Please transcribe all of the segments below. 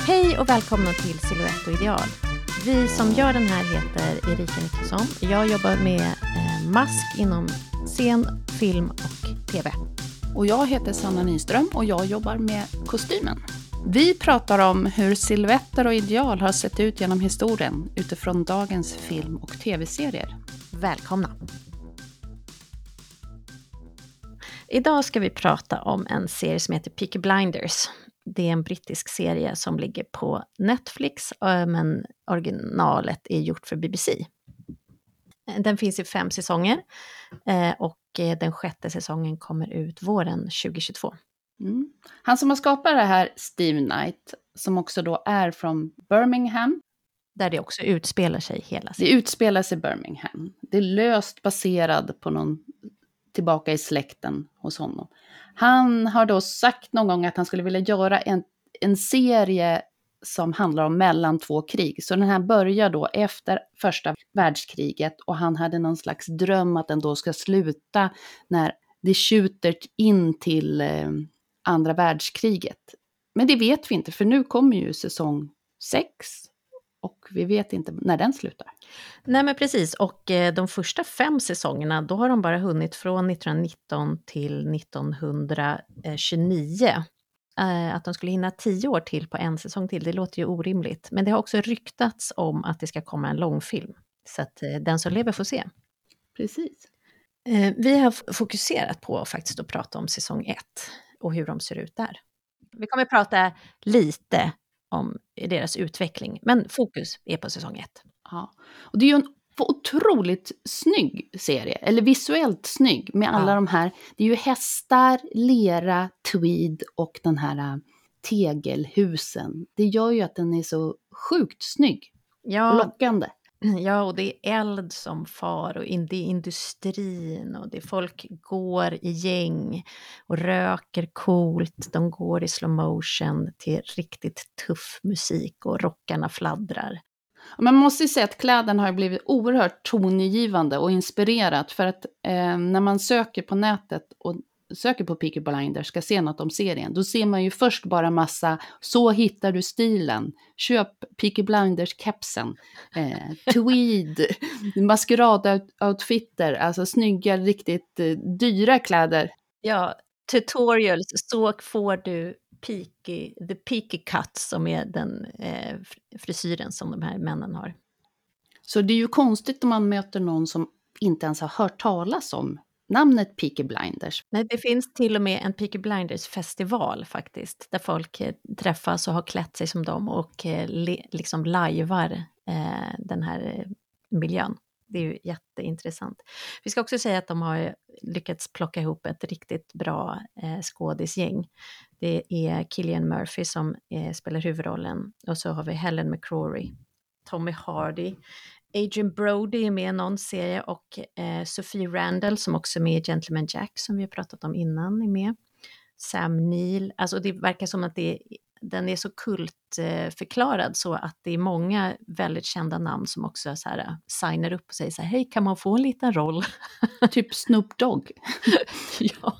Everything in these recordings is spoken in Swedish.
Hej och välkomna till Silhouette och Ideal. Vi som gör den här heter Erika Nicholson. Jag jobbar med mask inom scen, film och tv. Och jag heter Sanna Nyström och jag jobbar med kostymen. Vi pratar om hur silhuetter och ideal har sett ut genom historien utifrån dagens film- och tv-serier. Välkomna! Idag ska vi prata om en serie som heter Peaky Blinders. Det är en brittisk serie som ligger på Netflix, men originalet är gjort för BBC. Den finns i 5 säsonger och den 6:e säsongen kommer ut våren 2022. Han som har skapat det här, Steve Knight, som också då är från Birmingham. Där det också utspelar sig hela serien. Det utspelar sig i Birmingham. Det är löst baserad på någon tillbaka i släkten hos honom. Han har då sagt någon gång att han skulle vilja göra en serie som handlar om mellan 2 krig. Så den här börjar då efter första världskriget och han hade någon slags dröm att den då ska sluta när det skjuter in till andra världskriget. Men det vet vi inte, för nu kommer ju säsong 6 och vi vet inte när den slutar. Nej men precis, och de första 5 säsongerna då har de bara hunnit från 1919 till 1929. Att de skulle hinna 10 år till på en säsong till, det låter ju orimligt. Men det har också ryktats om att det ska komma en långfilm. Så att den som lever får se. Precis. Vi har fokuserat på faktiskt att prata om säsong 1 och hur de ser ut där. Vi kommer prata lite om deras utveckling, men fokus är på säsong 1. Ja, och det är ju en otroligt snygg serie, eller visuellt snygg med alla de här, det är ju hästar, lera, tweed och den här tegelhusen. Det gör ju att den är så sjukt snygg och lockande. Ja, och det är eld som far och det är industrin och det är folk går i gäng och röker coolt. De går i slow motion till riktigt tuff musik och rockarna fladdrar. Man måste ju säga att kläderna har blivit oerhört tongivande och inspirerat för att när man söker på nätet och söker på Peaky Blinders, ska se något om serien, då ser man ju först bara massa, så hittar du stilen, köp Peaky Blinders-kepsen, tweed, maskerad-outfitter, alltså snygga, riktigt dyra kläder. Ja, tutorials, så får du the peaky cut som är den frisyren som de här männen har. Så det är ju konstigt om man möter någon som inte ens har hört talas om namnet Peaky Blinders. Nej, det finns till och med en Peaky Blinders festival faktiskt, där folk träffas och har klätt sig som dem och liksom lajvar den här miljön. Det är ju jätteintressant. Vi ska också säga att de har lyckats plocka ihop ett riktigt bra skådisgäng. Det är Cillian Murphy som spelar huvudrollen och så har vi Helen McCrory, Tommy Hardy, Adrian Brody är med i någon serie och Sophie Randall som också är med i Gentleman Jack som vi har pratat om innan är med. Sam Neill, alltså det verkar som att den är så kultförklarad så att det är många väldigt kända namn som också så här, signar upp och säger så här, hej, kan man få en liten roll? Typ Snoop Dogg. Ja.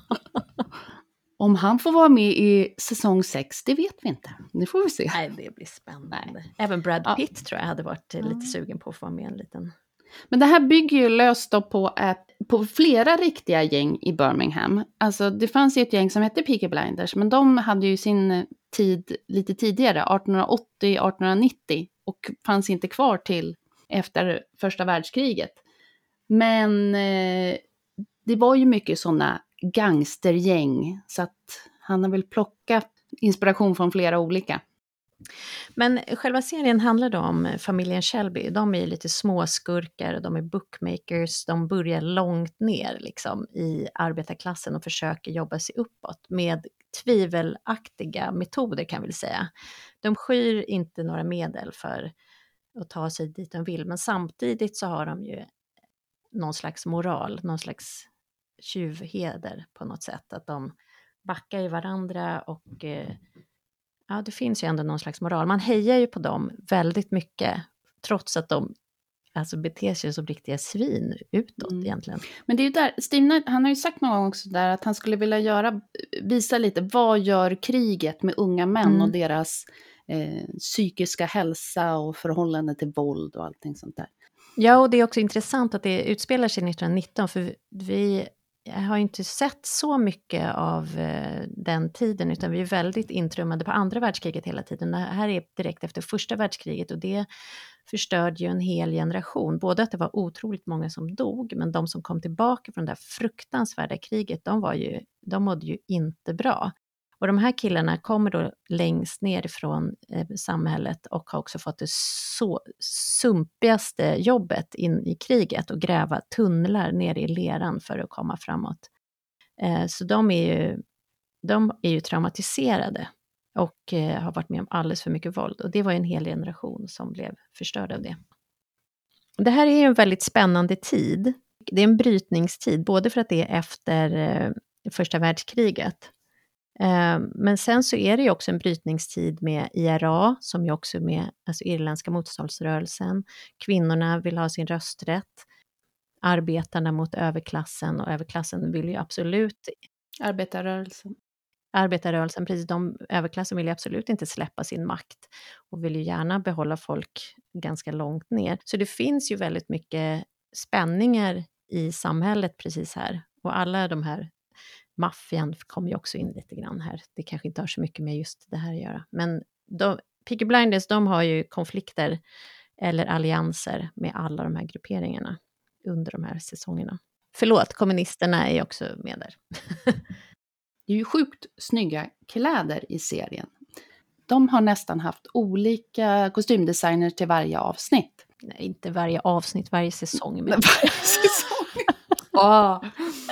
Om han får vara med i säsong 6, det vet vi inte. Det får vi se. Nej, det blir spännande. Nej. Även Brad Pitt tror jag hade varit lite sugen på att få vara med en liten. Men det här bygger ju löst då på flera riktiga gäng i Birmingham. Alltså det fanns ju ett gäng som hette Peaky Blinders, men de hade ju sin tid lite tidigare, 1880-1890, och fanns inte kvar till efter första världskriget. Men det var ju mycket sådana gangstergäng, så att han har väl plockat inspiration från flera olika. Men själva serien handlar då om familjen Shelby. De är lite småskurkar, de är bookmakers, de börjar långt ner liksom, i arbetarklassen och försöker jobba sig uppåt med tvivelaktiga metoder kan vi säga. De skyr inte några medel för att ta sig dit de vill, men samtidigt så har de ju någon slags moral, någon slags tjuvheder på något sätt. Att de backar i varandra och ja, det finns ju ändå någon slags moral. Man hejar ju på dem väldigt mycket, trots att de alltså beter sig som riktiga svin utåt egentligen. Men det är ju där, Steve Knight, han har ju sagt någon gång också där att han skulle vilja visa lite, vad gör kriget med unga män och deras psykiska hälsa och förhållande till våld och allting sånt där. Ja, och det är också intressant att det utspelar sig 1919, för vi har ju inte sett så mycket av den tiden, utan vi är väldigt intrummade på andra världskriget hela tiden. Det här är direkt efter första världskriget, och det förstörde ju en hel generation. Både att det var otroligt många som dog, men de som kom tillbaka från det där fruktansvärda kriget, de mådde ju inte bra. Och de här killarna kommer då längst ner ifrån samhället och har också fått det så sumpigaste jobbet in i kriget, och gräva tunnlar ner i leran för att komma framåt. Så de är ju traumatiserade och har varit med om alldeles för mycket våld. Och det var en hel generation som blev förstörd av det. Det här är ju en väldigt spännande tid. Det är en brytningstid, både för att det är efter första världskriget. Men sen så är det ju också en brytningstid med IRA, som ju också är med, alltså irländska motståndsrörelsen. Kvinnorna vill ha sin rösträtt. Arbetarna mot överklassen, och överklassen vill ju absolut... Arbetarrörelsen, precis. Överklassen vill ju absolut inte släppa sin makt och vill ju gärna behålla folk ganska långt ner. Så det finns ju väldigt mycket spänningar i samhället precis här. Och alla de här maffian kommer ju också in lite grann här. Det kanske inte har så mycket med just det här att göra. Men Peaky Blinders, de har ju konflikter eller allianser med alla de här grupperingarna under de här säsongerna. Förlåt, kommunisterna är också med där. Det är ju sjukt snygga kläder i serien. De har nästan haft olika kostymdesigner till varje avsnitt. Nej, inte varje avsnitt, varje säsong. Men... Varje säsong? Ja,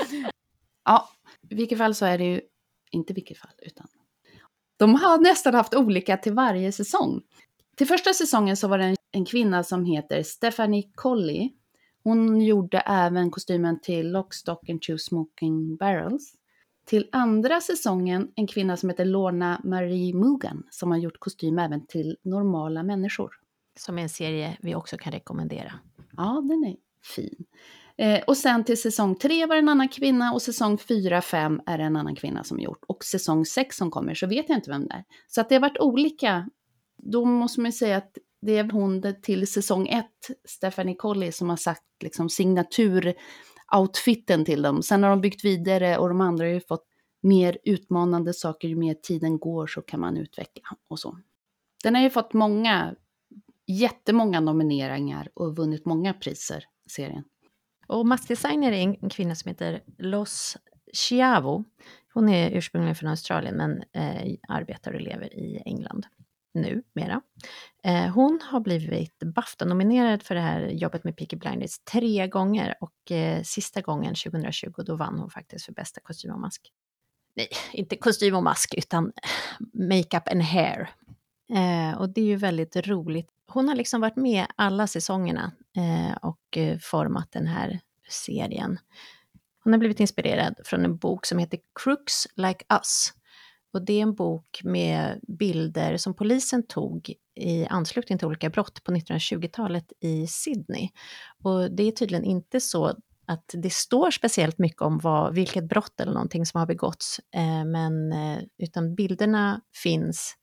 i vilket fall så är det ju, inte vilket fall, utan de har nästan haft olika till varje säsong. Till första säsongen så var det en kvinna som heter Stephanie Colley. Hon gjorde även kostymen till Lock, Stock and Two Smoking Barrels. Till andra säsongen en kvinna som heter Lorna Marie Mugan, som har gjort kostym även till Normala människor. Som är en serie vi också kan rekommendera. Ja, den är fin. Och sen till säsong 3 var det en annan kvinna, och säsong 4-5 är det en annan kvinna som gjort. Och säsong 6 som kommer så vet jag inte vem det är. Så att det har varit olika. Då måste man säga att det är hon till säsong 1, Stephanie Colley, som har sagt liksom signaturoutfitten till dem. Sen har de byggt vidare, och de andra har ju fått mer utmanande saker. Ju mer tiden går så kan man utveckla och så. Den har ju fått jättemånga nomineringar och vunnit många priser, serien. Och maskdesigner är en kvinna som heter Los Chiavo. Hon är ursprungligen från Australien, men arbetar och lever i England nu mera. Hon har blivit BAFTA-nominerad för det här jobbet med Peaky Blinders 3 gånger, och sista gången 2020 då vann hon faktiskt för bästa kostym och mask. Nej, inte kostym och mask utan makeup and hair. Och det är ju väldigt roligt. Hon har liksom varit med alla säsongerna och format den här serien. Hon har blivit inspirerad från en bok som heter Crooks Like Us. Och det är en bok med bilder som polisen tog i anslutning till olika brott på 1920-talet i Sydney. Och det är tydligen inte så att det står speciellt mycket om vilket brott eller någonting som har begåtts. Utan bilderna finns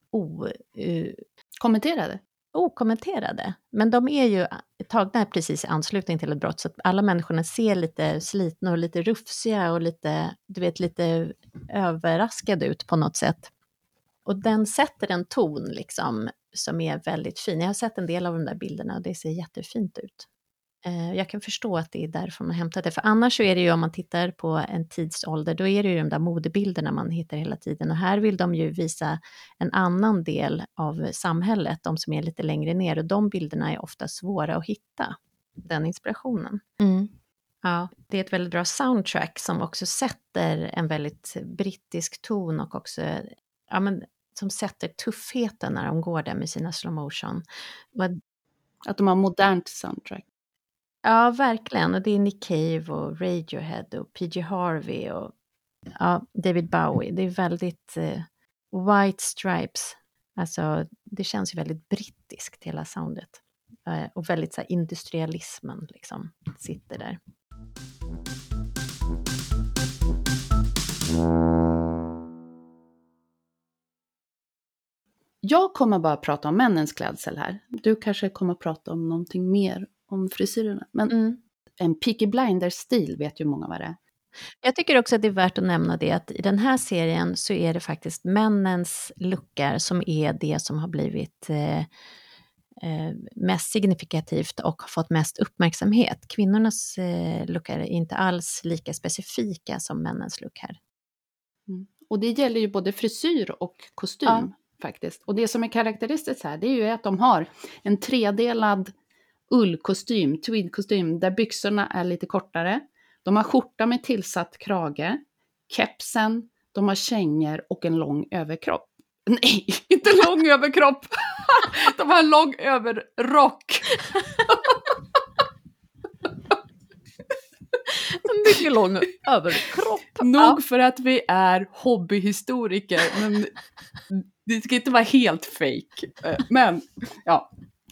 okommenterade. Men de är ju tagna precis i anslutning till ett brott, så att alla människorna ser lite slitna och lite rufsiga och lite överraskade ut på något sätt. Och den sätter en ton liksom som är väldigt fin. Jag har sett en del av de där bilderna och det ser jättefint ut. Jag kan förstå att det är därifrån man hämtat det. För annars så är det ju, om man tittar på en tidsålder, då är det ju de där modebilderna man hittar hela tiden. Och här vill de ju visa en annan del av samhället, de som är lite längre ner. Och de bilderna är ofta svåra att hitta, den inspirationen. Mm. Ja, det är ett väldigt bra soundtrack som också sätter en väldigt brittisk ton och också, som sätter tuffheten när de går där med sina slow motion. Att de har modernt soundtrack. Ja, verkligen. Och det är Nick Cave och Radiohead och PG Harvey och David Bowie. Det är väldigt White Stripes. Alltså, det känns ju väldigt brittiskt, hela soundet. Och väldigt så här, industrialismen liksom sitter där. Jag kommer bara prata om männens klädsel här. Du kanske kommer prata om någonting mer om frisyrerna. Men en Peaky Blinders-stil vet ju många vad det är. Jag tycker också att det är värt att nämna det att i den här serien så är det faktiskt männens lookar som är det som har blivit mest signifikativt och har fått mest uppmärksamhet. Kvinnornas lookar är inte alls lika specifika som männens look här. Och det gäller ju både frisyr och kostym faktiskt. Och det som är karaktäristiskt här, det är ju att de har en tredelad ullkostym, tweedkostym, där byxorna är lite kortare. De har skjorta med tillsatt krage, kepsen, de har kängor och en lång överkropp. Nej, inte lång överkropp. De har en lång överrock. En mycket lång överkropp. Nog för att vi är hobbyhistoriker, men det ska inte vara helt fake. Men, ja.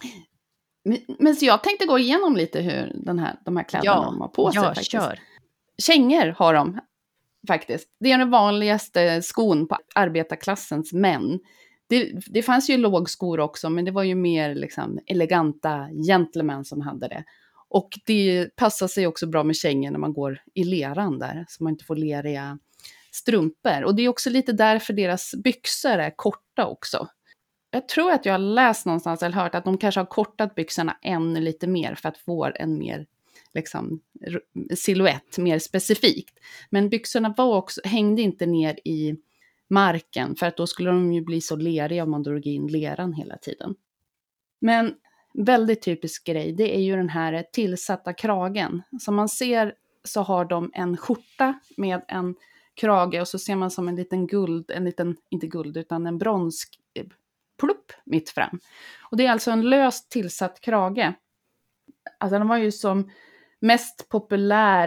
Men så jag tänkte gå igenom lite hur de här kläderna de har på sig. Faktiskt. Kör. Kängor har de faktiskt. Det är den vanligaste skon på arbetarklassens män. Det fanns ju lågskor också, men det var ju mer liksom eleganta gentlemän som hade det. Och det passar sig också bra med kängor när man går i leran där, så man inte får leriga strumpor. Och det är också lite därför deras byxor är korta också. Jag tror att jag har läst någonstans eller hört att de kanske har kortat byxorna ännu lite mer för att få en mer liksom, silhuett, mer specifikt. Men byxorna hängde inte ner i marken, för att då skulle de ju bli så leriga om man drog in leran hela tiden. Men väldigt typisk grej, det är ju den här tillsatta kragen. Som man ser så har de en skjorta med en krage och så ser man som en liten inte guld utan en bronsplupp mitt fram. Och det är alltså en löst tillsatt krage. Alltså den var ju som mest populär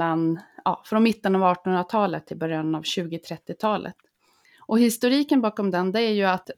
från mitten av 1800-talet till början av 20-30-talet. Och historiken bakom den, det är ju att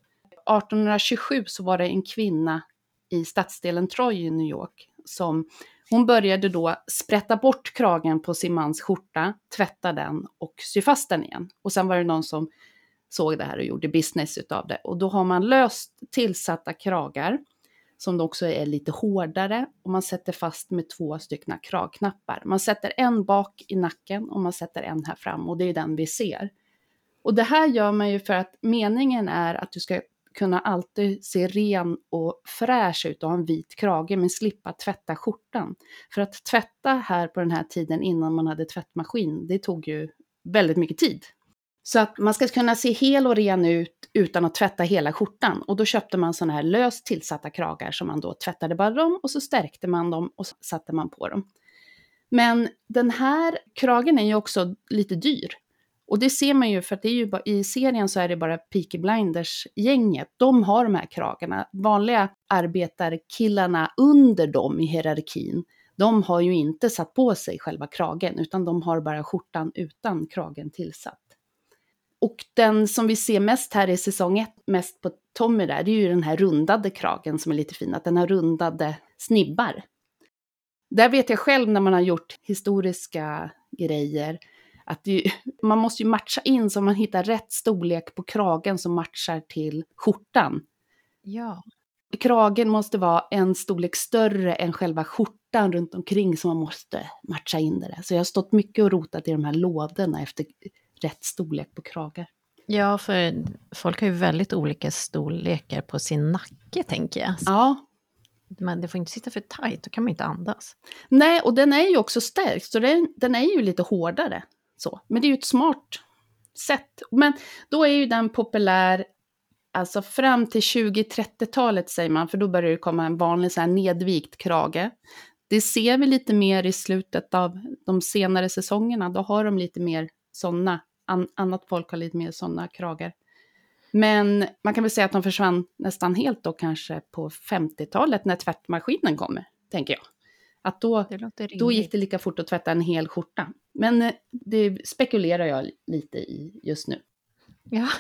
1827 så var det en kvinna i stadsdelen Troy i New York hon började då sprätta bort kragen på sin mans skjorta, tvätta den och sy fast den igen. Och sen var det någon som såg det här och gjorde business utav det. Och då har man löst tillsatta kragar som då också är lite hårdare och man sätter fast med 2 stycken kragknappar. Man sätter en bak i nacken och man sätter en här fram och det är den vi ser. Och det här gör man ju för att meningen är att du ska kunna alltid se ren och fräsch ut och ha en vit krage men slippa tvätta skjortan. För att tvätta här på den här tiden innan man hade tvättmaskin, det tog ju väldigt mycket tid. Så att man ska kunna se hel och ren ut utan att tvätta hela skjortan. Och då köpte man sådana här löst tillsatta kragar som man då tvättade bara dem och så stärkte man dem och så satte man på dem. Men den här kragen är ju också lite dyr. Och det ser man ju för att det är ju bara, i serien så är det bara Peaky Blinders-gänget. De har de här kragarna. Vanliga arbetarkillarna under dem i hierarkin, de har ju inte satt på sig själva kragen utan de har bara skjortan utan kragen tillsatt. Och den som vi ser mest här i säsong 1, mest på Tommy där, det är ju den här rundade kragen som är lite fin, att den har rundade snibbar. Där vet jag själv när man har gjort historiska grejer, att man måste ju matcha in så man hittar rätt storlek på kragen som matchar till skjortan. Ja. Kragen måste vara en storlek större än själva skjortan runt omkring så man måste matcha in det. Så jag har stått mycket och rotat i de här lådorna efter rätt storlek på kragar. Ja, för folk har ju väldigt olika storlekar på sin nacke, tänker jag. Ja. Men det får inte sitta för tajt, då kan man inte andas. Nej, och den är ju också stärkt, så den är ju lite hårdare. Så. Men det är ju ett smart sätt. Men då är ju den populär, alltså fram till 20-30-talet säger man, för då börjar det komma en vanlig så här nedvikt krage. Det ser vi lite mer i slutet av de senare säsongerna, då har de lite mer sådana, annat folk har lite mer sådana kragar. Men man kan väl säga att de försvann nästan helt då kanske på 50-talet när tvättmaskinen kommer, tänker jag. Att då gick det lika fort att tvätta en hel skjorta. Men det spekulerar jag lite i just nu. Ja.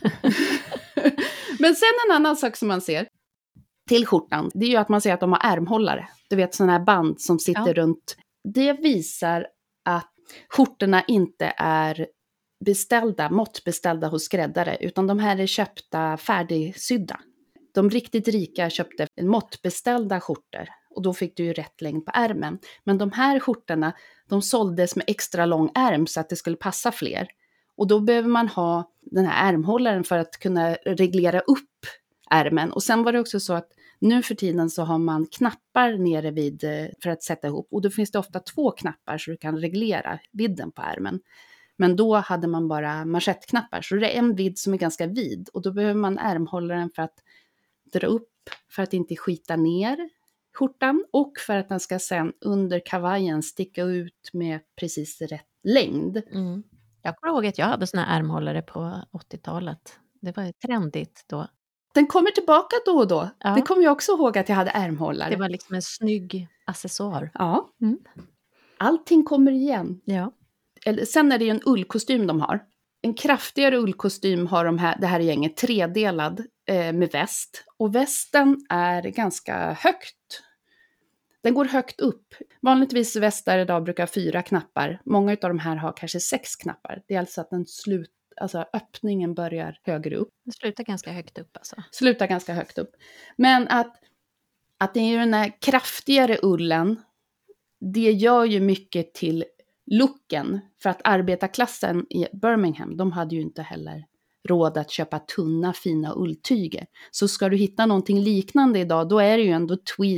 Men sen en annan sak som man ser till skjortan, det är ju att man ser att de har ärmhållare. Du vet sådana här band som sitter runt. Det visar att skjortorna inte är måttbeställda hos skräddare, utan de här är köpta färdigsydda. De riktigt rika köpte måttbeställda skjortor och då fick du ju rätt längd på ärmen. Men de här skjortorna, de såldes med extra lång ärm så att det skulle passa fler. Och då behöver man ha den här ärmhållaren för att kunna reglera upp ärmen. Och sen var det också så att nu för tiden så har man knappar nere vid för att sätta ihop. Och då finns det ofta 2 knappar så du kan reglera vidden på ärmen. Men då hade man bara manschettknappar. Så det är en vidd som är ganska vid. Och då behöver man ärmhållaren för att dra upp, för att inte skita ner skjortan. Och för att den ska sen under kavajen sticka ut med precis rätt längd. Mm. Jag kommer ihåg att jag hade såna här ärmhållare på 80-talet. Det var ju trendigt då. Den kommer tillbaka då och då. Ja. Det kommer jag också ihåg att jag hade ärmhållare. Det var liksom en snygg accessoar. Ja. Mm. Allting kommer igen. Ja. Sen är det ju en ullkostym de har. En kraftigare ullkostym har det här gänget, 3-delad med väst. Och västen är ganska högt. Den går högt upp. Vanligtvis västar idag brukar ha 4 knappar. Många av de här har kanske 6 knappar. Det är alltså att öppningen börjar högre upp. Det slutar ganska högt upp alltså. Slutar ganska högt upp. Men att det är ju den här kraftigare ullen, det gör ju mycket till looken. För att arbetarklassen i Birmingham, de hade ju inte heller råd att köpa tunna fina ulltyger. Så ska du hitta någonting liknande idag, då är det ju ändå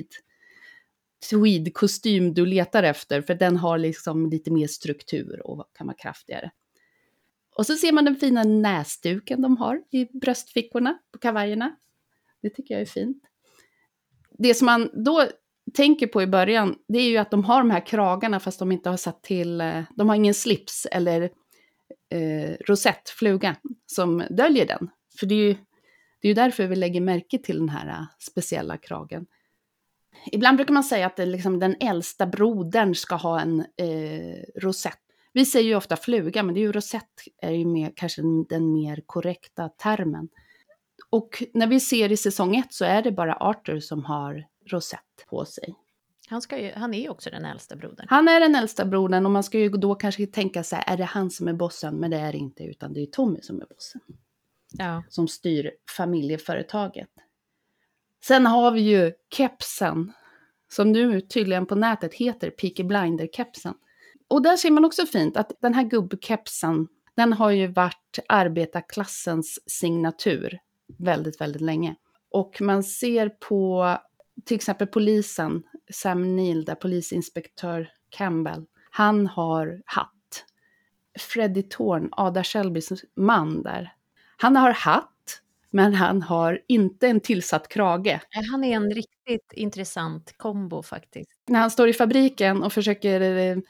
tweed-kostym du letar efter. För den har liksom lite mer struktur och kan vara kraftigare. Och så ser man den fina näsduken de har i bröstfickorna på kavajerna. Det tycker jag är fint. Det som man då tänker på i början, det är ju att de har de här kragarna fast de inte har satt till, de har ingen slips eller rosett, fluga, som döljer den. För det är ju därför vi lägger märke till den här speciella kragen. Ibland brukar man säga att det liksom den äldsta brodern ska ha en rosett. Vi säger ju ofta fluga, men det är ju rosett är ju kanske den mer korrekta termen. Och när vi ser i säsong 1 så är det bara Arthur som har rosett på sig. Han är ju också den äldsta brodern. Han är den äldsta brodern och man ska ju då kanske tänka sig, är det han som är bossen? Men det är det inte, utan det är Tommy som är bossen. Ja. Som styr familjeföretaget. Sen har vi ju kepsen, som nu tydligen på nätet heter Peaky Blinder-kepsen. Och där ser man också fint att den här gubbkepsen, den har ju varit arbetarklassens signatur väldigt, väldigt länge. Och man ser på till exempel polisen, Sam Neill, där polisinspektör Campbell, han har hatt. Freddie Thorne, Ada Shelbys man där, han har hatt, men han har inte en tillsatt krage. Han är en riktigt intressant kombo faktiskt. När han står i fabriken och försöker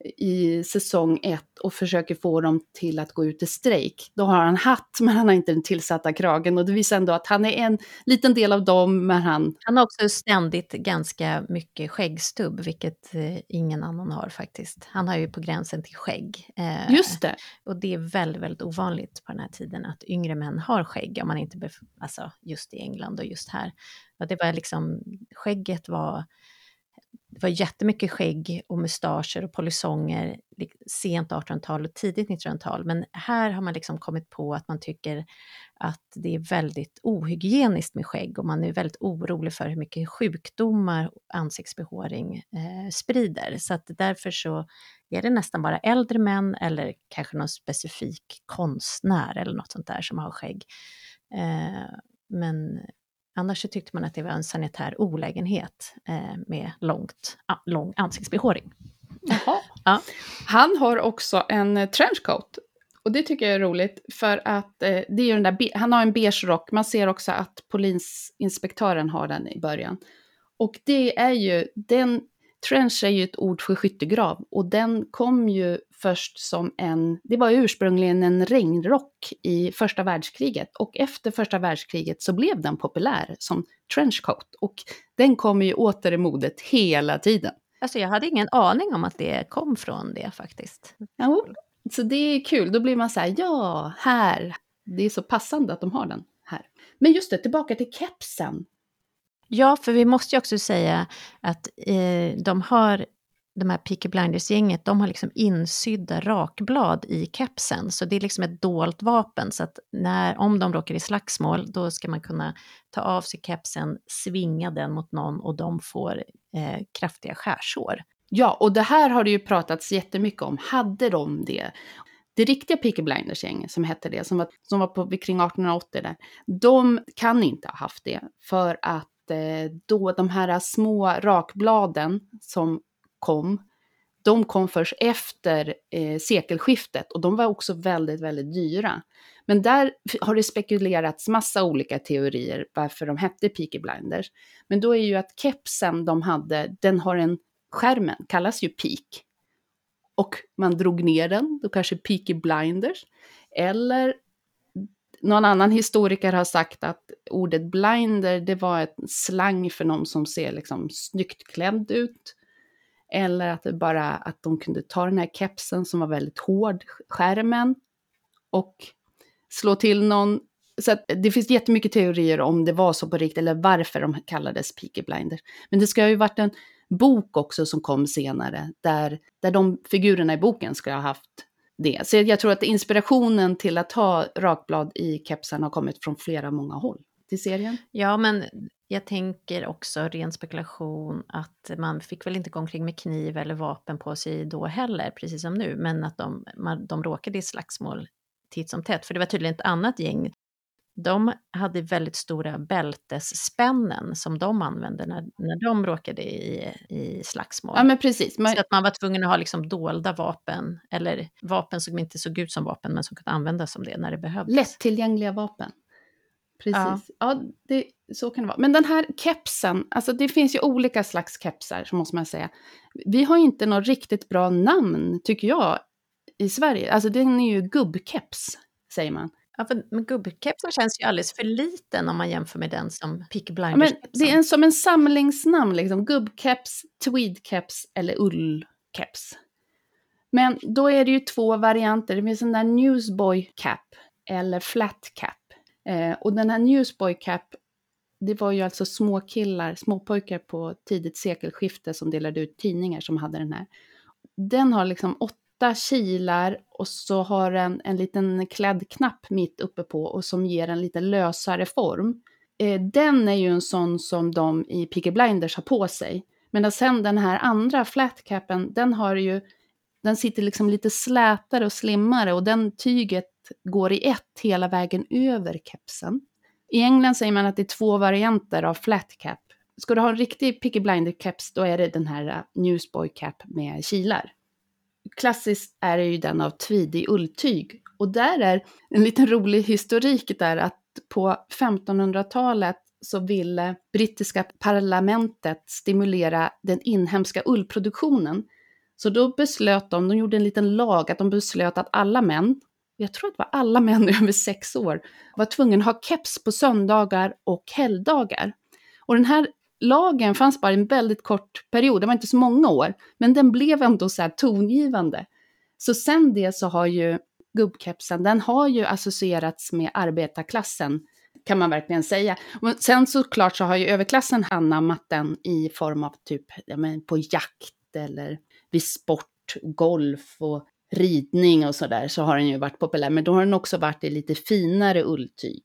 i säsong 1 och försöker få dem till att gå ut i strejk, då har han hatt men han har inte den tillsatta kragen, och det visar ändå att han är en liten del av dem, men han har också ständigt ganska mycket skäggstubb, vilket ingen annan har faktiskt. Han har ju på gränsen till skägg. Just det. Och det är väldigt, väldigt ovanligt på den här tiden att yngre män har skägg, om man inte alltså just i England och just här. Och det var liksom, skägget var jättemycket skägg och mustascher och polysonger sent 1800-tal och tidigt 1900-tal. Men här har man liksom kommit på att man tycker att det är väldigt ohygieniskt med skägg, och man är väldigt orolig för hur mycket sjukdomar och ansiktsbehåring sprider. Så att därför så är det nästan bara äldre män eller kanske någon specifik konstnär eller något sånt där som har skägg. Men annars så tyckte man att det var en sanitär olägenhet med lång ansiktsbehåring. Jaha. Ja. Han har också en trenchcoat. Och det tycker jag är roligt, för att det är ju den där han har en beige rock. Man ser också att polisinspektören har den i början. Och det är ju, trench är ju ett ord för skyttegrav. Och den kom ju först som det var ursprungligen en regnrock i första världskriget. Och efter första världskriget så blev den populär som trenchcoat. Och den kommer ju åter i modet hela tiden. Alltså jag hade ingen aning om att det kom från det faktiskt. Ja, så det är kul. Då blir man så här, ja, här. Det är så passande att de har den här. Men just det, tillbaka till kepsen. Ja, för vi måste ju också säga att de har de här Peaky Blinders-gänget, de har liksom insydda rakblad i kepsen. Så det är liksom ett dolt vapen. Så att om de råkar i slagsmål, då ska man kunna ta av sig kepsen, svinga den mot någon och de får kraftiga skärsår. Ja, och det här har det ju pratats jättemycket om. Hade de det? Det riktiga Peaky Blinders-gänget som hette det, som var på kring 1880 där, de kan inte ha haft det. För att då de här små rakbladen som de kom först efter sekelskiftet och de var också väldigt, väldigt dyra. Men där har det spekulerats massa olika teorier varför de hette Peaky Blinders. Men då är ju att kepsen de hade, den har skärmen kallas ju peak. Och man drog ner den, då kanske Peaky Blinders. Eller någon annan historiker har sagt att ordet blinder, det var ett slang för någon som ser liksom snyggt klädd ut. Eller att det bara att de kunde ta den här kepsen som var väldigt hård, skärmen, och slå till någon. Så att det finns jättemycket teorier om det var så på riktigt eller varför de kallades Peaky Blinders. Men det ska ju varit en bok också som kom senare där de figurerna i boken ska ha haft det. Så jag tror att inspirationen till att ha rakblad i kepsen har kommit från många håll till serien. Ja, men jag tänker också, ren spekulation, att man fick väl inte gå omkring med kniv eller vapen på sig då heller, precis som nu. Men att de råkade i slagsmål titt som tätt. För det var tydligen ett annat gäng. De hade väldigt stora bältesspännen som de använde när de råkade i slagsmål. Ja, men precis. Så att man var tvungen att ha liksom dolda vapen, eller vapen som inte såg ut som vapen, men som kunde användas som det när det behövdes. Lättillgängliga vapen. Precis. Ja, så kan det vara. Men den här kepsen, alltså det finns ju olika slags kepsar, så måste man säga. Vi har inte något riktigt bra namn, tycker jag, i Sverige. Alltså den är ju gubbkeps, säger man. Ja, men gubbkepsen känns ju alldeles för liten om man jämför med den som Peaky Blinders. Ja, men det är som en samlingsnamn, liksom. Gubbkeps, tweedkeps eller ullkeps. Men då är det ju två varianter. Det finns en där newsboy cap eller flat cap. Och den här newsboy cap, det var ju alltså småpojkar på tidigt sekelskifte som delade ut tidningar som hade den här. Den har liksom 8 kilar och så har den en liten kläddknapp mitt uppe på och som ger en lite lösare form. Den är ju en sån som de i Peaky Blinders har på sig. Men sen den här andra flatcapen, den sitter liksom lite slätare och slimmare och den tyget går i ett hela vägen över kepsen. I England säger man att det är 2 varianter av flat cap. Ska du ha en riktig Peaky Blinder keps, då är det den här newsboy cap med kilar. Klassiskt är det ju den av tweedig ulltyg. Och där är en liten rolig historik där att på 1500-talet så ville brittiska parlamentet stimulera den inhemska ullproduktionen. Så då beslöt de gjorde en liten lag att de beslöt att alla män, jag tror att det var alla män över 6 år, var tvungen att ha keps på söndagar och helgdagar. Och den här lagen fanns bara en väldigt kort period, det var inte så många år, men den blev ändå så här tongivande. Så sen det så har ju gubbkepsen, den har ju associerats med arbetarklassen, kan man verkligen säga. Och sen såklart så har ju överklassen anammat den i form av typ på jakt eller vid sport, golf och ridning och sådär, så har den ju varit populär. Men då har den också varit i lite finare ulltyg.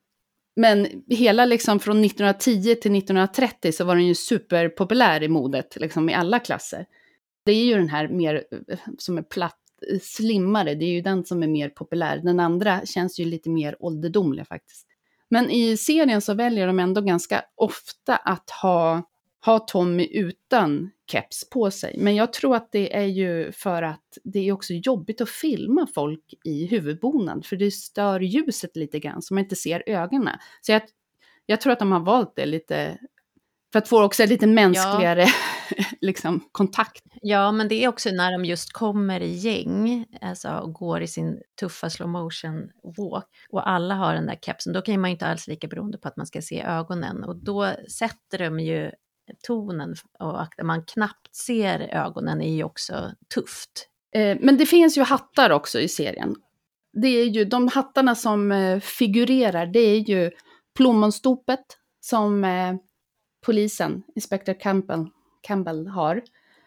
Men hela liksom från 1910 till 1930 så var den ju superpopulär i modet, liksom i alla klasser. Det är ju den här mer som är platt, slimmare, det är ju den som är mer populär. Den andra känns ju lite mer ålderdomlig faktiskt. Men i serien så väljer de ändå ganska ofta att ha Tommy utan keps på sig. Men jag tror att det är ju för att det är också jobbigt att filma folk i huvudbonaden. För det stör ljuset lite grann så man inte ser ögonen. Så jag tror att de har valt det lite för att få också lite mänskligare liksom, kontakt. Ja, men det är också när de just kommer i gäng, alltså och går i sin tuffa slow motion walk och alla har den där kepsen, då kan man ju inte alls lika beroende på att man ska se ögonen och då sätter de ju tonen och att man knappt ser ögonen är ju också tufft. Men det finns ju hattar också i serien. Det är ju de hattarna som figurerar, det är ju plommonstopet som polisen, Inspector Campbell har.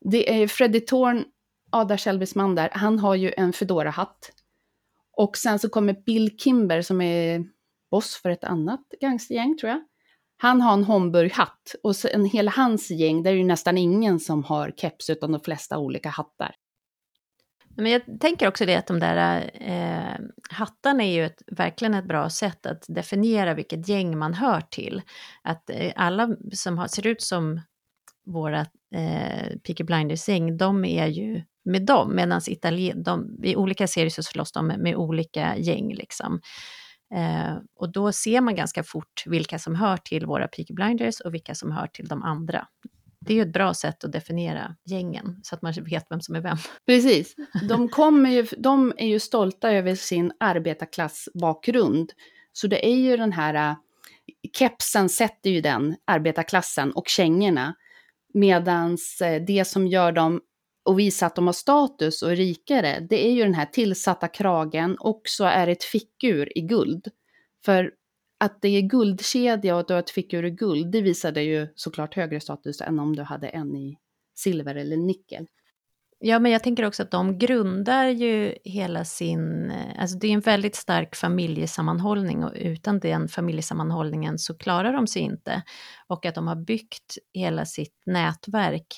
Det är Freddie Thorne, Ada Shelbys man där, han har ju en Fedora-hatt. Och sen så kommer Bill Kimber som är boss för ett annat gangstergäng tror jag. Han har en Homburg-hatt och sen hela hans gäng, där är ju nästan ingen som har keps utan de flesta olika hattar. Men jag tänker också det att de där hattarna är ju verkligen ett bra sätt att definiera vilket gäng man hör till. Att alla som ser ut som våra Peaky Blinders-gäng, de är ju med dem, medan i olika serier så slåss de med olika gäng liksom. Och då ser man ganska fort vilka som hör till våra Peaky Blinders och vilka som hör till de andra. Det är ju ett bra sätt att definiera gängen, så att man vet vem som är vem. Precis. De är ju stolta över sin arbetarklassbakgrund. Så det är ju den här, kepsen sätter ju den, arbetarklassen och kängorna. Medans det som gör dem och visar att de har status och är rikare, det är ju den här tillsatta kragen, och så är det ett fickur i guld. För att det är guldkedja och att du har ett fickur i guld, det visade ju såklart högre status än om du hade en i silver eller nickel. Ja, men jag tänker också att de grundar ju hela sin... Alltså det är en väldigt stark familjesammanhållning, och utan den familjesammanhållningen så klarar de sig inte. Och att de har byggt hela sitt nätverk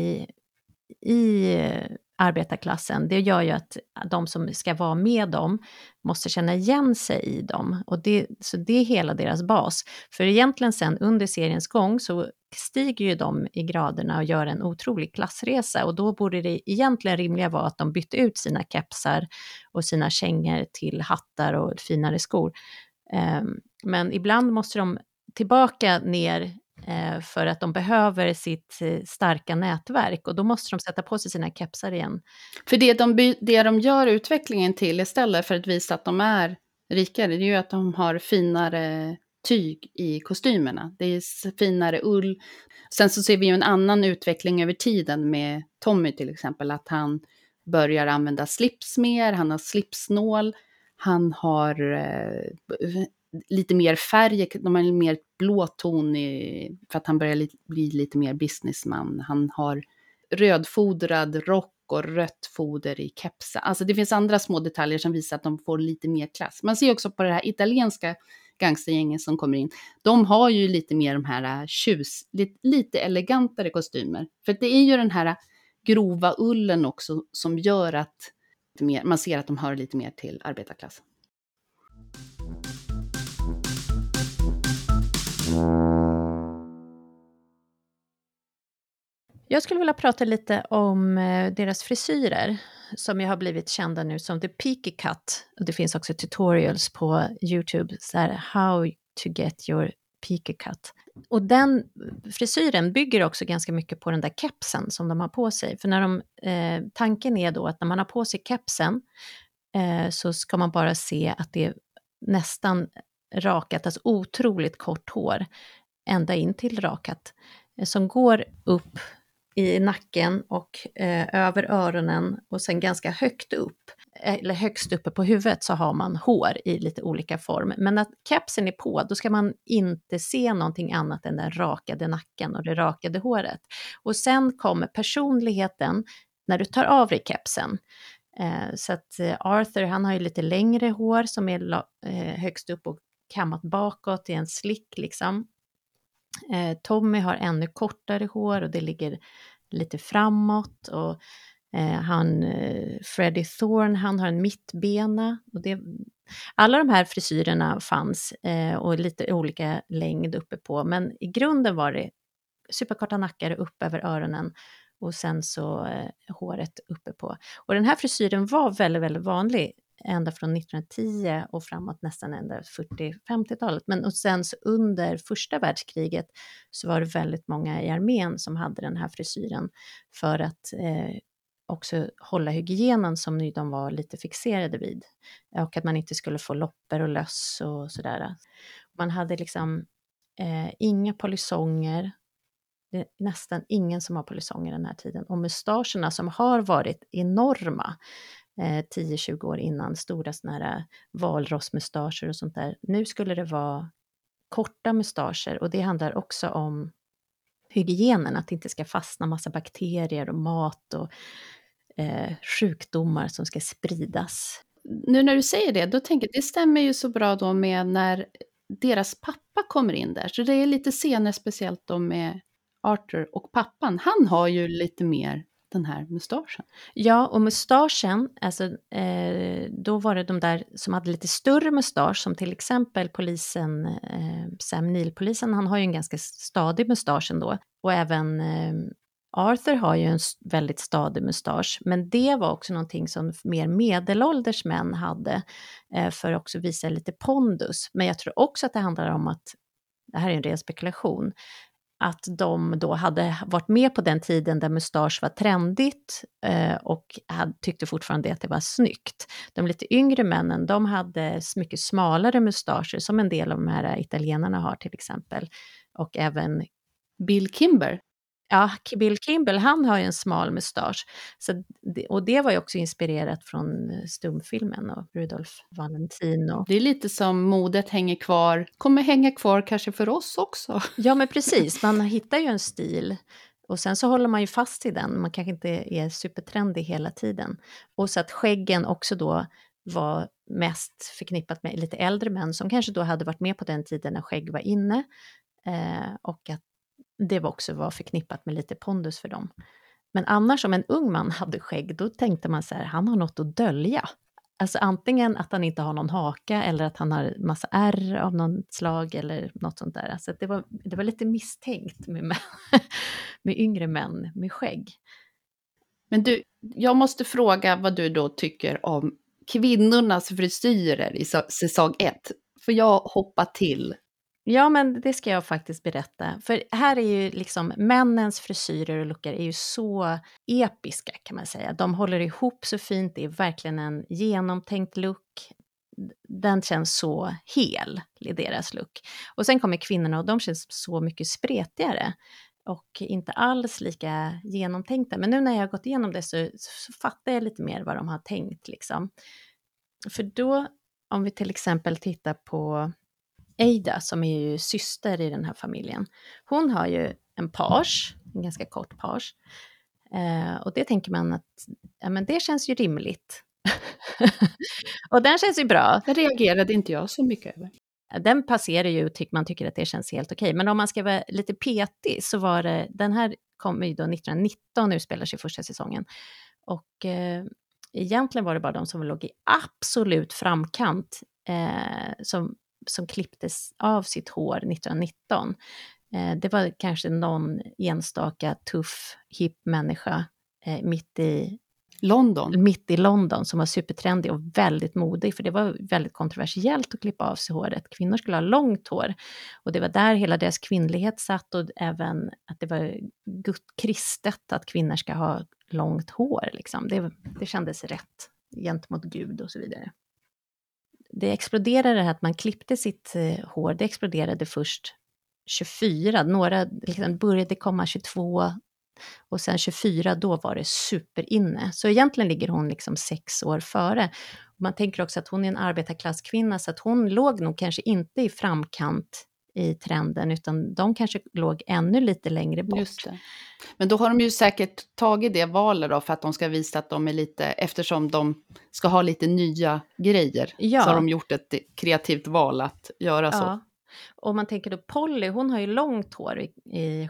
i arbetarklassen, det gör ju att de som ska vara med dem måste känna igen sig i dem. Så det är hela deras bas. För egentligen sen under seriens gång så stiger ju de i graderna och gör en otrolig klassresa. Och då borde det egentligen rimliga vara att de bytte ut sina kepsar och sina kängor till hattar och finare skor. Men ibland måste de tillbaka ner för att de behöver sitt starka nätverk, och då måste de sätta på sig sina kepsar igen. För det de gör utvecklingen till istället för att visa att de är rikare, det är ju att de har finare tyg i kostymerna. Det är finare ull. Sen så ser vi ju en annan utveckling över tiden med Tommy till exempel, att han börjar använda slips mer, han har slipsnål, han har lite mer färg, de har mer blå ton för att han börjar bli lite mer businessman. Han har rödfodrad rock och rött foder i kepsa. Alltså det finns andra små detaljer som visar att de får lite mer klass. Man ser också på det här italienska gangstergänget som kommer in. De har ju lite mer de här lite elegantare kostymer. För det är ju den här grova ullen också som gör att man ser att de hör lite mer till arbetarklassen. Jag skulle vilja prata lite om deras frisyrer som ju har blivit kända nu som The Peaky Cut. Och det finns också tutorials på YouTube, så här, how to get your Peaky Cut. Och den frisyren bygger också ganska mycket på den där kepsen som de har på sig. För när tanken är då att när man har på sig kepsen så ska man bara se att det är nästan rakat, alltså otroligt kort hår, ända in till rakat, som går upp i nacken och över öronen, och sen ganska högt upp, eller högst uppe på huvudet så har man hår i lite olika form. Men när kepsen är på, då ska man inte se någonting annat än den rakade nacken och det rakade håret. Och sen kommer personligheten när du tar av dig kepsen. Så att Arthur, han har ju lite längre hår som är högst upp och kammat bakåt i en slick liksom. Tommy har ännu kortare hår och det ligger lite framåt, och Freddie Thorne, han har en mittbena, och alla de här frisyrerna fanns och lite olika längd uppe på, men i grunden var det superkorta nackar upp över öronen och sen så håret uppe på. Och den här frisyren var väldigt, väldigt vanlig ända från 1910 och framåt nästan ända 40-50-talet. Men och sen så under första världskriget så var det väldigt många i armén som hade den här frisyren för att också hålla hygienen som de var lite fixerade vid. Och att man inte skulle få loppor och löss och sådär. Man hade liksom inga polysonger. Det är nästan ingen som har polysonger den här tiden. Och mustascherna som har varit enorma 10-20 år innan, stora såna här valrossmustascher och sånt där. Nu skulle det vara korta mustascher, och det handlar också om hygienen, att det inte ska fastna massa bakterier och mat och sjukdomar som ska spridas. Nu när du säger det, då tänker jag, det stämmer ju så bra då med när deras pappa kommer in där. Så det är lite scener speciellt då med Arthur och pappan. Han har ju lite mer den här mustaschen. Ja, och mustaschen, alltså, då var det de där som hade lite större mustasch, som till exempel polisen, Sam Neill-polisen, han har ju en ganska stadig mustasch ändå. Och även Arthur har ju en väldigt stadig mustasch, men det var också någonting som mer medelålders män hade, för att också visa lite pondus. Men jag tror också att det handlar om att, det här är en ren spekulation, att de då hade varit med på den tiden där mustasch var trendigt, och tyckte fortfarande att det var snyggt. De lite yngre männen, de hade mycket smalare mustascher, som en del av de här italienarna har till exempel. Och även Bill Kimber. Ja, Bill Kimball, han har ju en smal mustasch. Och det var ju också inspirerat från stumfilmen och Rudolf Valentino. Det är lite som modet hänger kvar, kommer hänga kvar kanske för oss också. Ja, men precis. Man hittar ju en stil och sen så håller man ju fast i den. Man kanske inte är supertrendig hela tiden. Och så att skäggen också då var mest förknippat med lite äldre män som kanske då hade varit med på den tiden när skägg var inne. Och att det också var förknippat med lite pondus för dem. Men annars om en ung man hade skägg, då tänkte man så här, han har något att dölja. Alltså antingen att han inte har någon haka eller att han har massa ärr av något slag eller något sånt där. Alltså det var lite misstänkt med med yngre män med skägg. Men du, jag måste fråga vad du då tycker om kvinnornas frisyrer i säsong 1. För jag hoppar till. Ja, men det ska jag faktiskt berätta. För här är ju liksom männens frisyrer och lookar är ju så episka kan man säga. De håller ihop så fint, det är verkligen en genomtänkt look. Den känns så hel i deras look. Och sen kommer kvinnorna och de känns så mycket spretigare. Och inte alls lika genomtänkta. Men nu när jag har gått igenom det så fattar jag lite mer vad de har tänkt liksom. För då, om vi till exempel tittar på Ada som är ju syster i den här familjen. Hon har ju en page, en ganska kort page. Och det tänker man att ja, men det känns ju rimligt. Och den känns ju bra. Det reagerade inte jag så mycket över. Den passerar ju och man tycker att det känns helt okej. Men om man ska vara lite petig så var det, den här kom ju då 1919, nu spelar sig första säsongen. Och egentligen var det bara de som låg i absolut framkant som klipptes av sitt hår 1919. Det var kanske någon enstaka tuff, hipp människa mitt i London som var supertrendig och väldigt modig, för det var väldigt kontroversiellt att klippa av sig håret. Kvinnor skulle ha långt hår och det var där hela deras kvinnlighet satt, och även att det var kristet att kvinnor ska ha långt hår. Liksom. Det kändes rätt gentemot Gud och så vidare. Det exploderade det här att man klippte sitt hår, det exploderade först 24, några liksom började komma 22 och sen 24, då var det superinne. Så egentligen ligger hon liksom 6 år före. Man tänker också att hon är en arbetarklasskvinna, så att hon låg nog kanske inte i framkant i trenden, utan de kanske låg ännu lite längre bort. Just det. Men då har de ju säkert tagit det valet då, för att de ska visa att de är lite, eftersom de ska ha lite nya grejer, ja. Så har de gjort ett kreativt val att göra så. Och man tänker då Polly, hon har ju långt hår i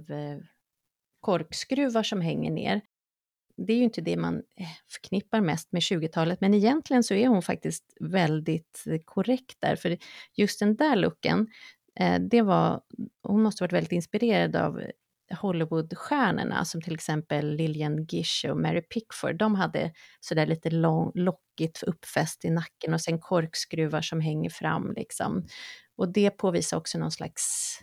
korkskruvar som hänger ner. Det är ju inte det man förknippar mest med 20-talet, men egentligen så är hon faktiskt väldigt korrekt där, för just den där looken, hon måste varit väldigt inspirerad av Hollywoodstjärnorna som till exempel Lillian Gish och Mary Pickford. De hade sådär lite lockigt uppfäst i nacken och sen korkskruvar som hänger fram liksom. Och det påvisar också någon slags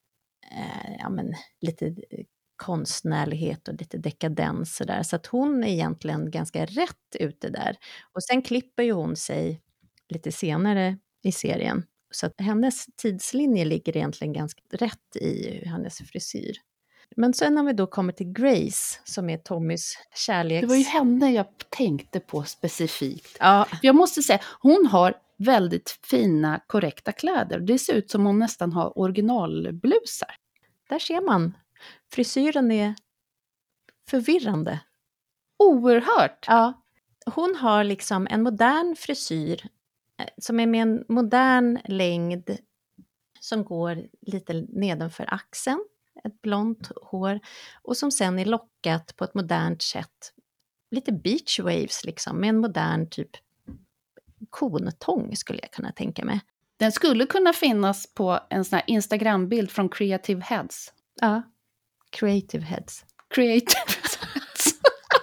lite konstnärlighet och lite dekadens sådär. Så att hon är egentligen ganska rätt ute där. Och sen klipper ju hon sig lite senare i serien. Så att hennes tidslinje ligger egentligen ganska rätt i hennes frisyr. Men sen när vi då kommer till Grace, som är Tommys kärleks... Det var ju henne jag tänkte på specifikt. Ja. Jag måste säga, hon har väldigt fina, korrekta kläder. Det ser ut som hon nästan har originalblusar. Där ser man. Frisyren är förvirrande. Oerhört! Ja, hon har liksom en modern frisyr som är med en modern längd som går lite nedanför axeln, ett blont hår, och som sen är lockat på ett modernt sätt, lite beach waves liksom, med en modern typ kontång skulle jag kunna tänka mig. Den skulle kunna finnas på en sån här Instagram-bild från Creative Heads. Ja, creative heads. Creative Heads.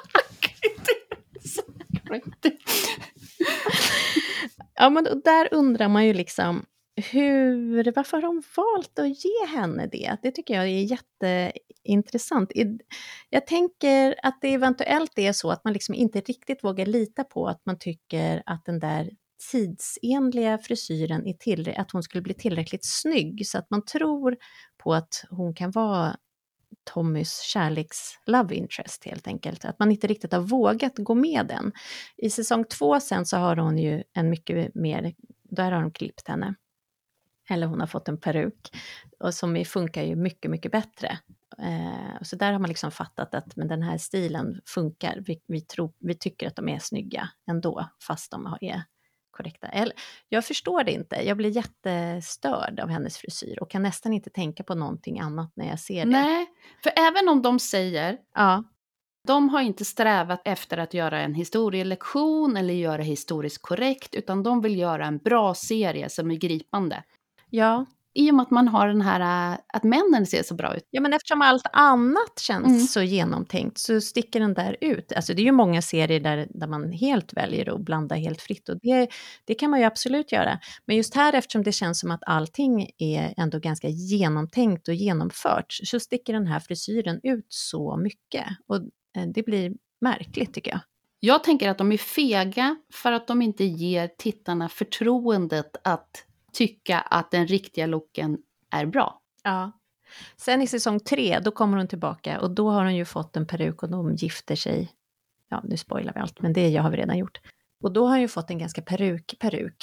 Ja, men där undrar man ju liksom varför har de valt att ge henne det? Det tycker jag är jätteintressant. Jag tänker att det eventuellt är så att man liksom inte riktigt vågar lita på att man tycker att den där tidsenliga frisyren är att hon skulle bli tillräckligt snygg, så att man tror på att hon kan vara Tommys love interest helt enkelt. Att man inte riktigt har vågat gå med den. I säsong 2 sen så har hon ju en mycket mer, där har de klippt henne. Eller hon har fått en peruk. Och som funkar ju mycket, mycket bättre. Så där har man liksom fattat att men den här stilen funkar. Vi tycker att de är snygga ändå, fast de är korrekta. Jag förstår det inte. Jag blir jättestörd av hennes frisyr och kan nästan inte tänka på någonting annat när jag ser det. Nej, för även om de säger, Ja, de har inte strävat efter att göra en historielektion eller göra historiskt korrekt, utan de vill göra en bra serie som är gripande. ja. I och med att man har den här, att männen ser så bra ut. Ja, men eftersom allt annat känns så genomtänkt så sticker den där ut. Alltså det är ju många serier där man helt väljer att blanda helt fritt, och det kan man ju absolut göra. Men just här, eftersom det känns som att allting är ändå ganska genomtänkt och genomfört, så sticker den här frisyren ut så mycket. Och det blir märkligt tycker jag. Jag tänker att de är fega för att de inte ger tittarna förtroendet att tycka att den riktiga looken är bra. Ja. Sen i säsong 3, då kommer hon tillbaka och då har hon ju fått en peruk och de gifter sig. Ja, nu spoilar vi allt, men det har vi redan gjort. Och då har hon ju fått en ganska peruk.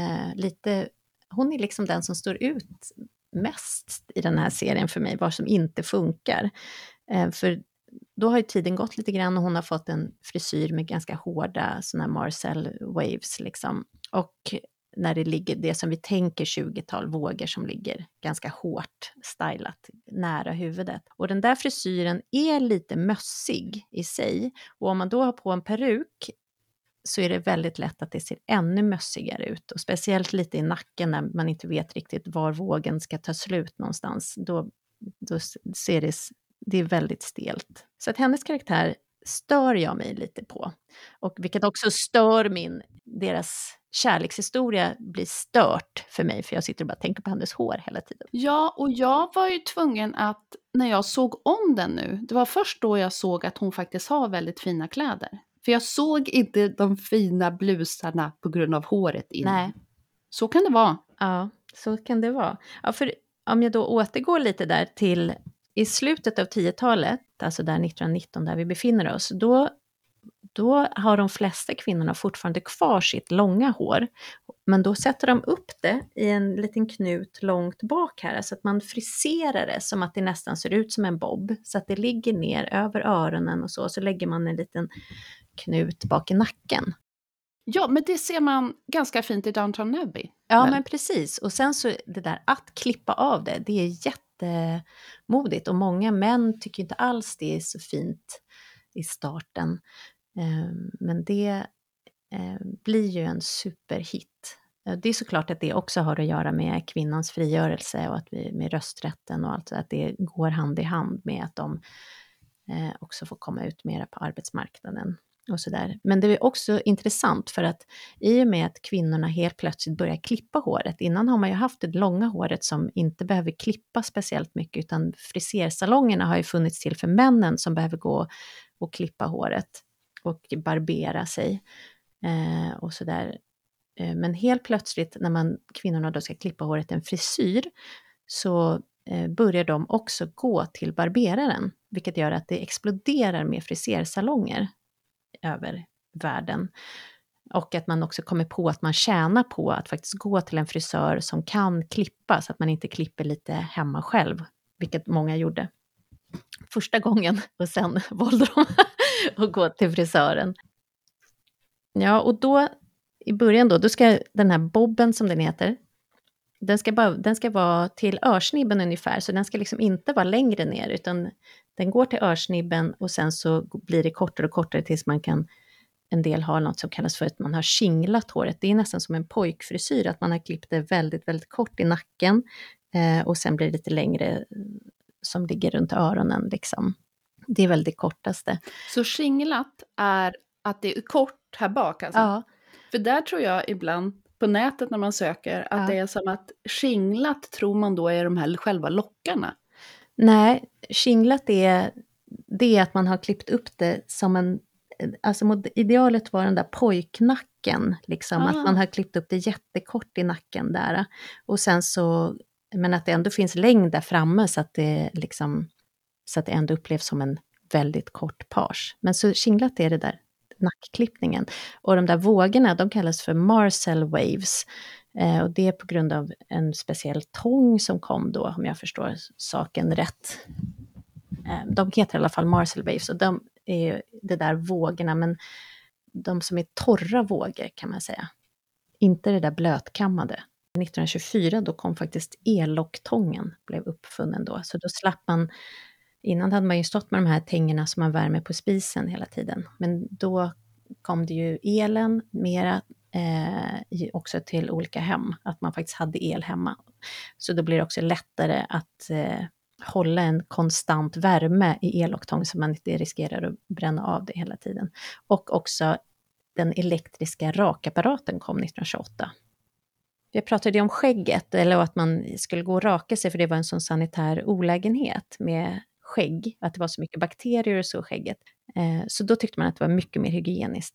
Hon är liksom den som står ut mest i den här serien för mig, vad som inte funkar. För då har ju tiden gått lite grann och hon har fått en frisyr med ganska hårda såna här Marcel waves liksom. Och när det ligger det som vi tänker 20-tal vågor som ligger ganska hårt stylat nära huvudet. Och den där frisyren är lite mössig i sig. Och om man då har på en peruk så är det väldigt lätt att det ser ännu mössigare ut. Och speciellt lite i nacken när man inte vet riktigt var vågen ska ta slut någonstans. Då ser det är väldigt stelt. Så att hennes karaktär stör jag mig lite på. Och vilket också stör deras kärlekshistoria blir stört för mig. För jag sitter och bara tänker på hennes hår hela tiden. Ja, och jag var ju tvungen att, när jag såg om den nu, det var först då jag såg att hon faktiskt har väldigt fina kläder. För jag såg inte de fina blusarna på grund av håret innan. Nej. Så kan det vara. Ja, så kan det vara. Ja, för om jag då återgår lite där till i slutet av 10-talet, alltså där 1919 där vi befinner oss, då har de flesta kvinnorna fortfarande kvar sitt långa hår. Men då sätter de upp det i en liten knut långt bak här, så att man friserar det som att det nästan ser ut som en bob. Så att det ligger ner över öronen och så lägger man en liten knut bak i nacken. Ja, men det ser man ganska fint i Downton Abbey. Ja, väl? men precis. Och sen så det där att klippa av det är jättemodigt. Och många män tycker inte alls det är så fint i starten. Men det blir ju en superhit. Det är såklart att det också har att göra med kvinnans frigörelse och att med rösträtten och allt, att det går hand i hand med att de också får komma ut mera på arbetsmarknaden och sådär. Men det är också intressant för att i och med att kvinnorna helt plötsligt börjar klippa håret, innan har man ju haft det långa håret som inte behöver klippa speciellt mycket, utan frisersalongerna har ju funnits till för männen som behöver gå och klippa håret och barbera sig och sådär. Men helt plötsligt när kvinnorna då ska klippa håret en frisyr, så börjar de också gå till barberaren, vilket gör att det exploderar med frisersalonger över världen. Och att man också kommer på att man tjänar på att faktiskt gå till en frisör som kan klippa, så att man inte klipper lite hemma själv, vilket många gjorde. första gången och sen valde de att gå till frisören. Ja, och då i början då ska den här bobben som den heter, den ska vara till örsnibben ungefär, så den ska liksom inte vara längre ner, utan den går till örsnibben och sen så blir det kortare och kortare tills man kan, en del har något som kallas för att man har skinglat håret. Det är nästan som en pojkfrisyr, att man har klippt det väldigt, väldigt kort i nacken och sen blir det lite längre som ligger runt öronen liksom. Det är väl det kortaste. Så skinglat är att det är kort här bak alltså? Ja. För där tror jag ibland på nätet när man söker att det är som att skinglat tror man då är de här själva lockarna. Nej, skinglat är att man har klippt upp det som en, alltså idealet var den där pojknacken, liksom, att man har klippt upp det jättekort i nacken där, och sen så, men att det ändå finns längd där framme så att det liksom, så att det ändå upplevs som en väldigt kort page. Men så skinglat är det där nackklippningen. Och de där vågorna, de kallas för Marcel waves. Och det är på grund av en speciell tång som kom då, om jag förstår saken rätt. De heter i alla fall Marcel waves, och de är det där vågorna, men de som är torra vågor kan man säga. Inte det där blötkammade. 1924 då kom faktiskt elocktången, blev uppfunnen då. Så då slapp man, innan hade man ju stått med de här tängerna som man värmer på spisen hela tiden. Men då kom det ju elen mera också till olika hem, att man faktiskt hade el hemma. Så då blir det också lättare att hålla en konstant värme i elocktång så man inte riskerar att bränna av det hela tiden. Och också den elektriska rakapparaten kom 1928. Vi pratade ju om skägget, eller att man skulle gå och raka sig för det var en sån sanitär olägenhet med skägg, att det var så mycket bakterier och så skägget. Så då tyckte man att det var mycket mer hygieniskt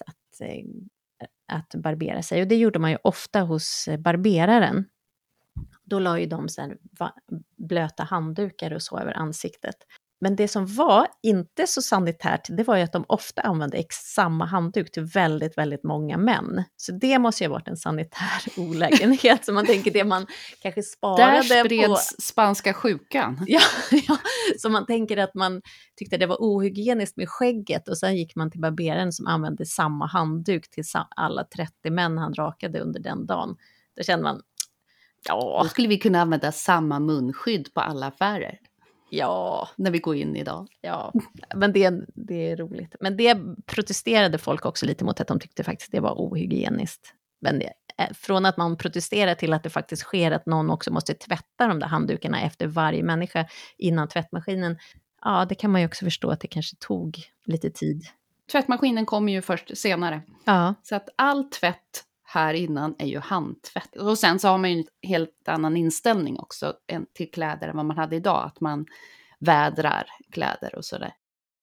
att barbera sig, och det gjorde man ju ofta hos barberaren. Då la ju de så här blöta handdukar och så över ansiktet. Men det som var inte så sanitärt, det var ju att de ofta använde samma handduk till väldigt, väldigt många män. Så det måste ju ha varit en sanitär olägenhet. Så man tänker det man kanske sparade på... Där spreds spanska sjukan. Ja, så man tänker att man tyckte det var ohygieniskt med skägget. Och sen gick man till barberaren som använde samma handduk till alla 30 män han rakade under den dagen. Då kände man, ja... Då skulle vi kunna använda samma munskydd på alla affärer. Ja. När vi går in idag. Ja, men det är roligt. Men det protesterade folk också lite mot, att de tyckte faktiskt det var ohygieniskt. Men från att man protesterar till att det faktiskt sker att någon också måste tvätta de där handdukarna efter varje människa innan tvättmaskinen. Ja, det kan man ju också förstå att det kanske tog lite tid. Tvättmaskinen kommer ju först senare. Ja. Så att all tvätt här innan är ju handtvätt. Och sen så har man ju en helt annan inställning också till kläder än vad man hade idag. Att man vädrar kläder och sådär.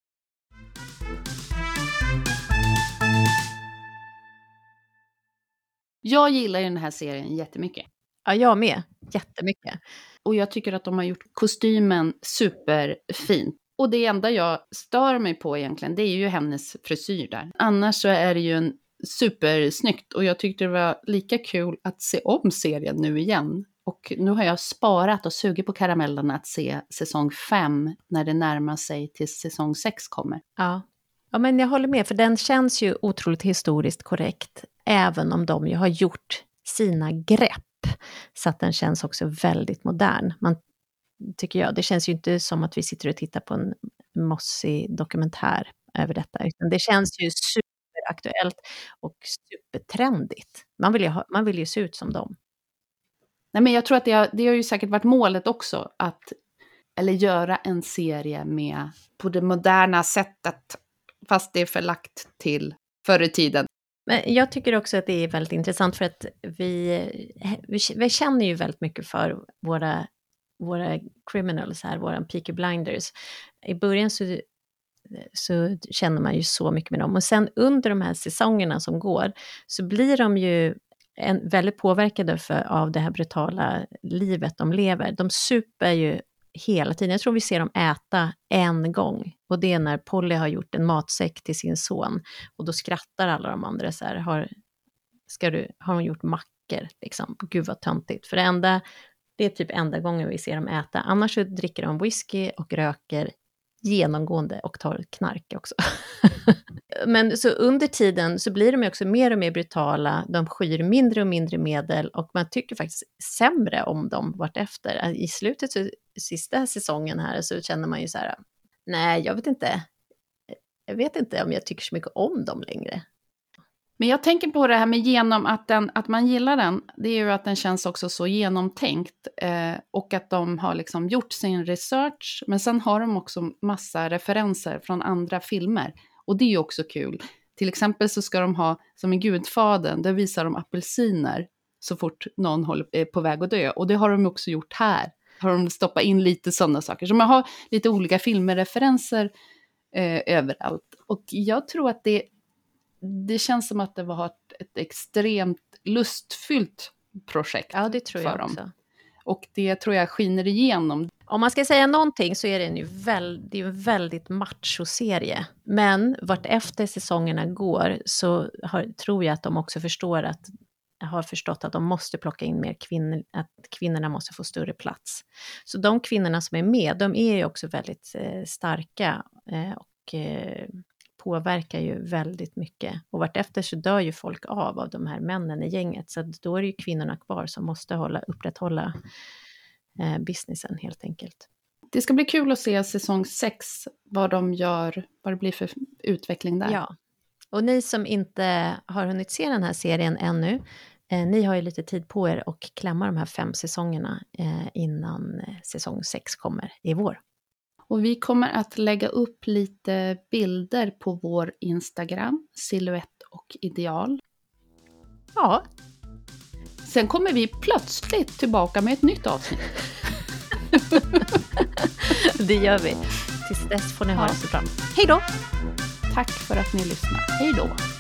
Jag gillar ju den här serien jättemycket. Ja, jag med. Jättemycket. Och jag tycker att de har gjort kostymen superfint. Och det enda jag stör mig på egentligen, det är ju hennes frisyr där. Annars så är det ju en supersnyggt, och jag tyckte det var lika kul att se om serien nu igen. Och nu har jag sparat och sugit på karamellerna att se säsong 5 när det närmar sig till säsong 6 kommer. Ja. Ja, men jag håller med, för den känns ju otroligt historiskt korrekt, även om de ju har gjort sina grepp, så att den känns också väldigt modern. Man tycker jag, det känns ju inte som att vi sitter och tittar på en mossig dokumentär över detta, utan det känns ju superaktuellt och supertrendigt. Man vill ju se ut som dem. Nej, men jag tror att det har ju säkert varit målet också, eller göra en serie med på det moderna sättet, fast det är förlagt till förr i tiden. Men jag tycker också att det är väldigt intressant, för att vi känner ju väldigt mycket för våra criminals här, våra Peaky Blinders. I början så känner man ju så mycket med dem. Och sen under de här säsongerna som går så blir de ju väldigt påverkade av det här brutala livet de lever. De super ju hela tiden. Jag tror vi ser dem äta en gång. Och det är när Polly har gjort en matsäck till sin son. Och då skrattar alla de andra så här. Har hon gjort mackor? Liksom. Gud vad töntigt. För det är typ enda gången vi ser dem äta. Annars så dricker de whisky och röker genomgående och tar knark också. Men så under tiden så blir de ju också mer och mer brutala, de skyr mindre och mindre medel och man tycker faktiskt sämre om dem vartefter. I slutet, så, sista säsongen här, så känner man ju så här, nej, jag vet inte om jag tycker så mycket om dem längre. Men jag tänker på det här med att man gillar den, det är ju att den känns också så genomtänkt och att de har liksom gjort sin research, men sen har de också massa referenser från andra filmer och det är ju också kul. Till exempel så ska de ha, som i Gudfadern, där visar de apelsiner så fort någon är på väg att dö, och det har de också gjort här. Har de stoppat in lite sådana saker, så man har lite olika filmreferenser överallt, och jag tror att det känns som att det var ett extremt lustfyllt projekt. Ja, det tror jag för också. dem. Och det tror jag skiner igenom. Om man ska säga någonting så är det ju en väldigt macho-serie. Men vart efter säsongerna går så tror jag att de också har förstått att de måste plocka in mer kvinnor, att kvinnorna måste få större plats. Så de kvinnorna som är med, de är ju också väldigt starka och påverkar ju väldigt mycket. Och vartefter så dör ju folk av de här männen i gänget. Så då är det ju kvinnorna kvar som måste upprätthålla businessen helt enkelt. Det ska bli kul att se säsong 6, vad de gör, vad det blir för utveckling där. Ja, och ni som inte har hunnit se den här serien ännu, ni har ju lite tid på er och klämma de här 5 säsongerna innan säsong 6 kommer i vår. Och vi kommer att lägga upp lite bilder på vår Instagram, Silhouette och Ideal. Ja. Sen kommer vi plötsligt tillbaka med ett nytt avsnitt. Det gör vi. Tills dess får ni ha det så bra. Hej då! Tack för att ni lyssnar. Hej då!